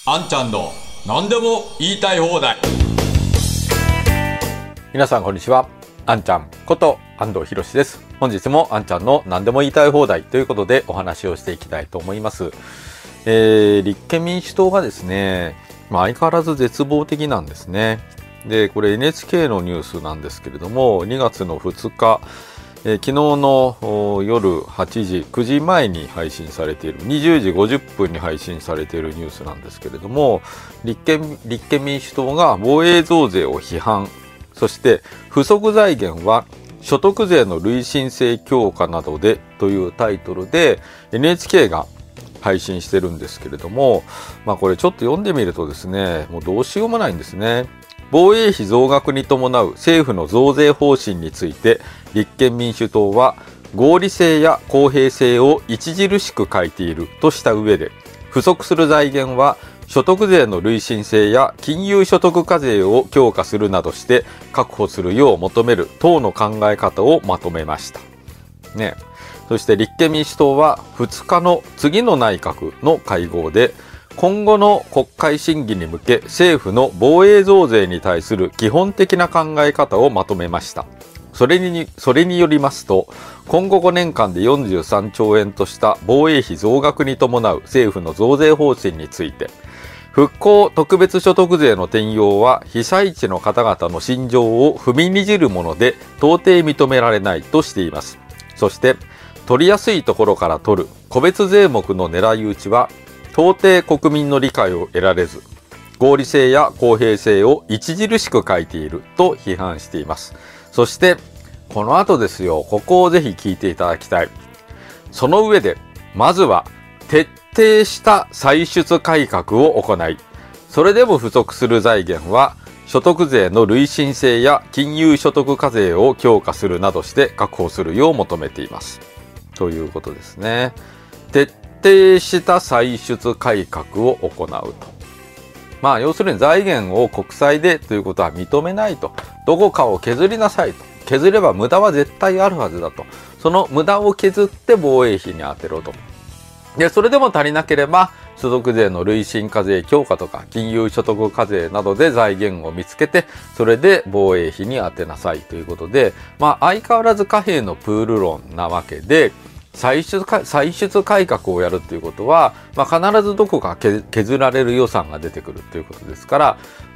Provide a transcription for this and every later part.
あんちゃんの何でも言いたい放題。 皆さんこんにちは。あんちゃんこと安藤博です。本日もあんちゃんの何でも言いたい放題ということでお話をしていきたいと思います。立憲民主党がですね、相変わらず絶望的なんですね。で、これ NHK のニュースなんですけれども、2月の2日、昨日の夜8時、9時前に配信されている、20時50分に配信されているニュースなんですけれども、立憲民主党が防衛増税を批判、そして不足財源は所得税の累進性強化などでというタイトルで NHK が配信してるんですけれども、これちょっと読んでみるとですね、もうどうしようもないんですね。防衛費増額に伴う政府の増税方針について、立憲民主党は合理性や公平性を著しく欠いているとした上で、不足する財源は所得税の累進性や金融所得課税を強化するなどして確保するよう求める党の考え方をまとめました。ね。そして立憲民主党は2日の次の内閣の会合で、今後の国会審議に向け政府の防衛増税に対する基本的な考え方をまとめました。それによりますと、今後5年間で43兆円とした防衛費増額に伴う政府の増税方針について、復興特別所得税の転用は被災地の方々の心情を踏みにじるもので到底認められないとしています。そして取りやすいところから取る個別税目の狙い撃ちは到底国民の理解を得られず、合理性や公平性を著しく欠いていると批判しています。そしてこの後ですよ、ここをぜひ聞いていただきたい。その上でまずは徹底した歳出改革を行い、それでも不足する財源は所得税の累進性や金融所得課税を強化するなどして確保するよう求めています。ということですね。徹底した歳出改革を行うと。要するに財源を国債でということは認めないと。どこかを削りなさいと。削れば無駄は絶対あるはずだと。その無駄を削って防衛費に充てろと。で、それでも足りなければ、所得税の累進課税強化とか、金融所得課税などで財源を見つけて、それで防衛費に充てなさいということで、相変わらず貨幣のプール論なわけで、歳出改革をやるということは、必ずどこか削られる予算が出てくるということですから、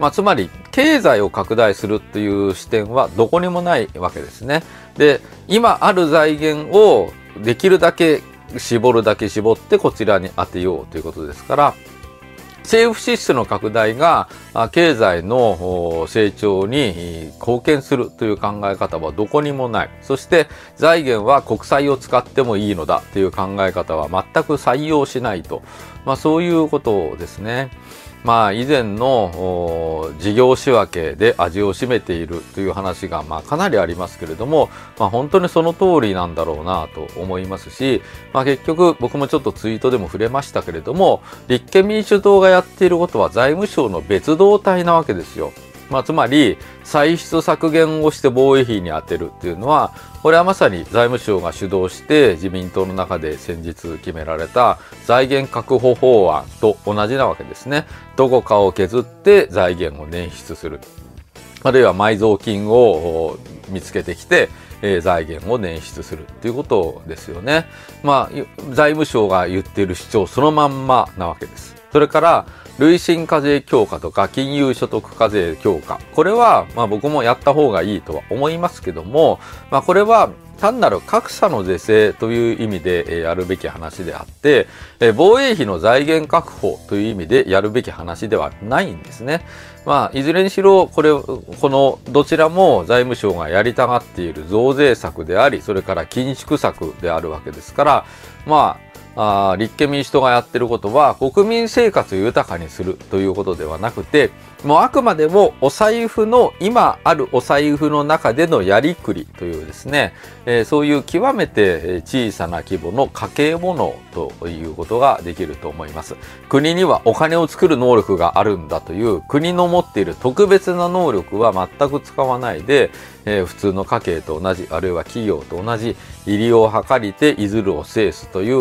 つまり経済を拡大するという視点はどこにもないわけですね。で、今ある財源をできるだけ絞るだけ絞ってこちらに当てようということですから、政府支出の拡大が経済の成長に貢献するという考え方はどこにもない。そして財源は国債を使ってもいいのだという考え方は全く採用しないと。そういうことですね。以前の事業仕分けで味を占めているという話がかなりありますけれども、本当にその通りなんだろうなと思いますし、結局僕もちょっとツイートでも触れましたけれども、立憲民主党がやっていることは財務省の別動隊なわけですよ。つまり歳出削減をして防衛費に充てるっていうのは、これはまさに財務省が主導して自民党の中で先日決められた財源確保法案と同じなわけですね。どこかを削って財源を捻出する。あるいは埋蔵金を見つけてきて、財源を捻出するっていうことですよね。財務省が言っている主張そのまんまなわけです。それから累進課税強化とか金融所得課税強化。これは僕もやった方がいいとは思いますけども、これは単なる格差の是正という意味でやるべき話であって、防衛費の財源確保という意味でやるべき話ではないんですね。いずれにしろこのどちらも財務省がやりたがっている増税策であり、それから緊縮策であるわけですから、立憲民主党がやってることは国民生活を豊かにするということではなくて、もうあくまでも今あるお財布の中でのやりくりというですね、そういう極めて小さな規模の家計物ということができると思います。国にはお金を作る能力があるんだという国の持っている特別な能力は全く使わないで、普通の家計と同じ、あるいは企業と同じ入りを図りていずるを制すという考え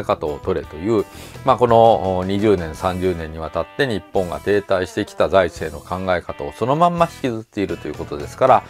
え方を取れという、この20年、30年にわたって日本が停滞してきた財政の考え方をそのまんま引きずっているということですから、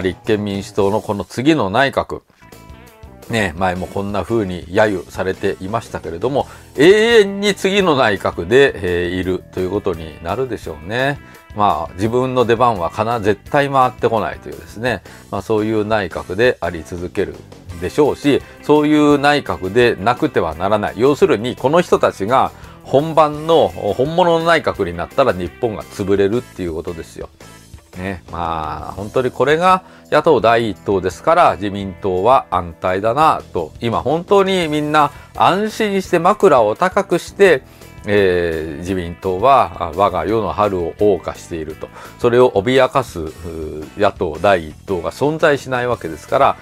立憲民主党のこの次の内閣、ね、前もこんな風に揶揄されていましたけれども、永遠に次の内閣で、いるということになるでしょうね。自分の出番は絶対回ってこないというですね、そういう内閣であり続けるでしょうし、そういう内閣でなくてはならない。要するに、この人たちが本物の内閣になったら日本が潰れるっていうことですよ。ね、本当にこれが野党第一党ですから自民党は安泰だなと、今本当にみんな安心して枕を高くして、自民党は我が世の春を謳歌していると、それを脅かす野党第一党が存在しないわけですから、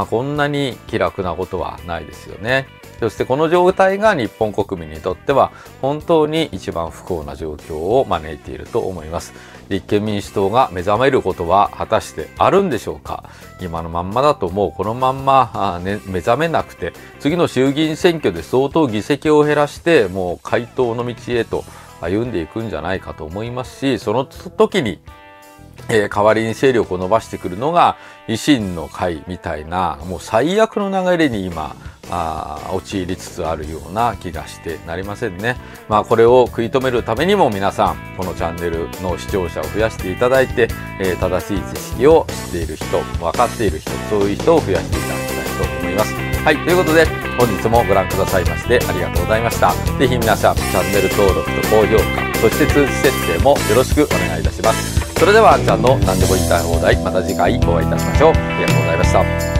こんなに気楽なことはないですよね。そしてこの状態が日本国民にとっては本当に一番不幸な状況を招いていると思います。立憲民主党が目覚めることは果たしてあるんでしょうか。今のまんまだともうこのまんま、目覚めなくて、次の衆議院選挙で相当議席を減らしてもう解党の道へと歩んでいくんじゃないかと思いますし、その時に代わりに勢力を伸ばしてくるのが維新の会みたいな、もう最悪の流れに今陥りつつあるような気がしてなりませんね。これを食い止めるためにも皆さんこのチャンネルの視聴者を増やしていただいて、正しい知識を知っている人、分かっている人、そういう人を増やしていただきたいと思います。はい、ということで本日もご覧くださいましてありがとうございました。ぜひ皆さんチャンネル登録と高評価、そして通知設定もよろしくお願いいたします。それではあんちゃんの何でも言いたい放題、また次回お会いいたしましょう。ありがとうございました。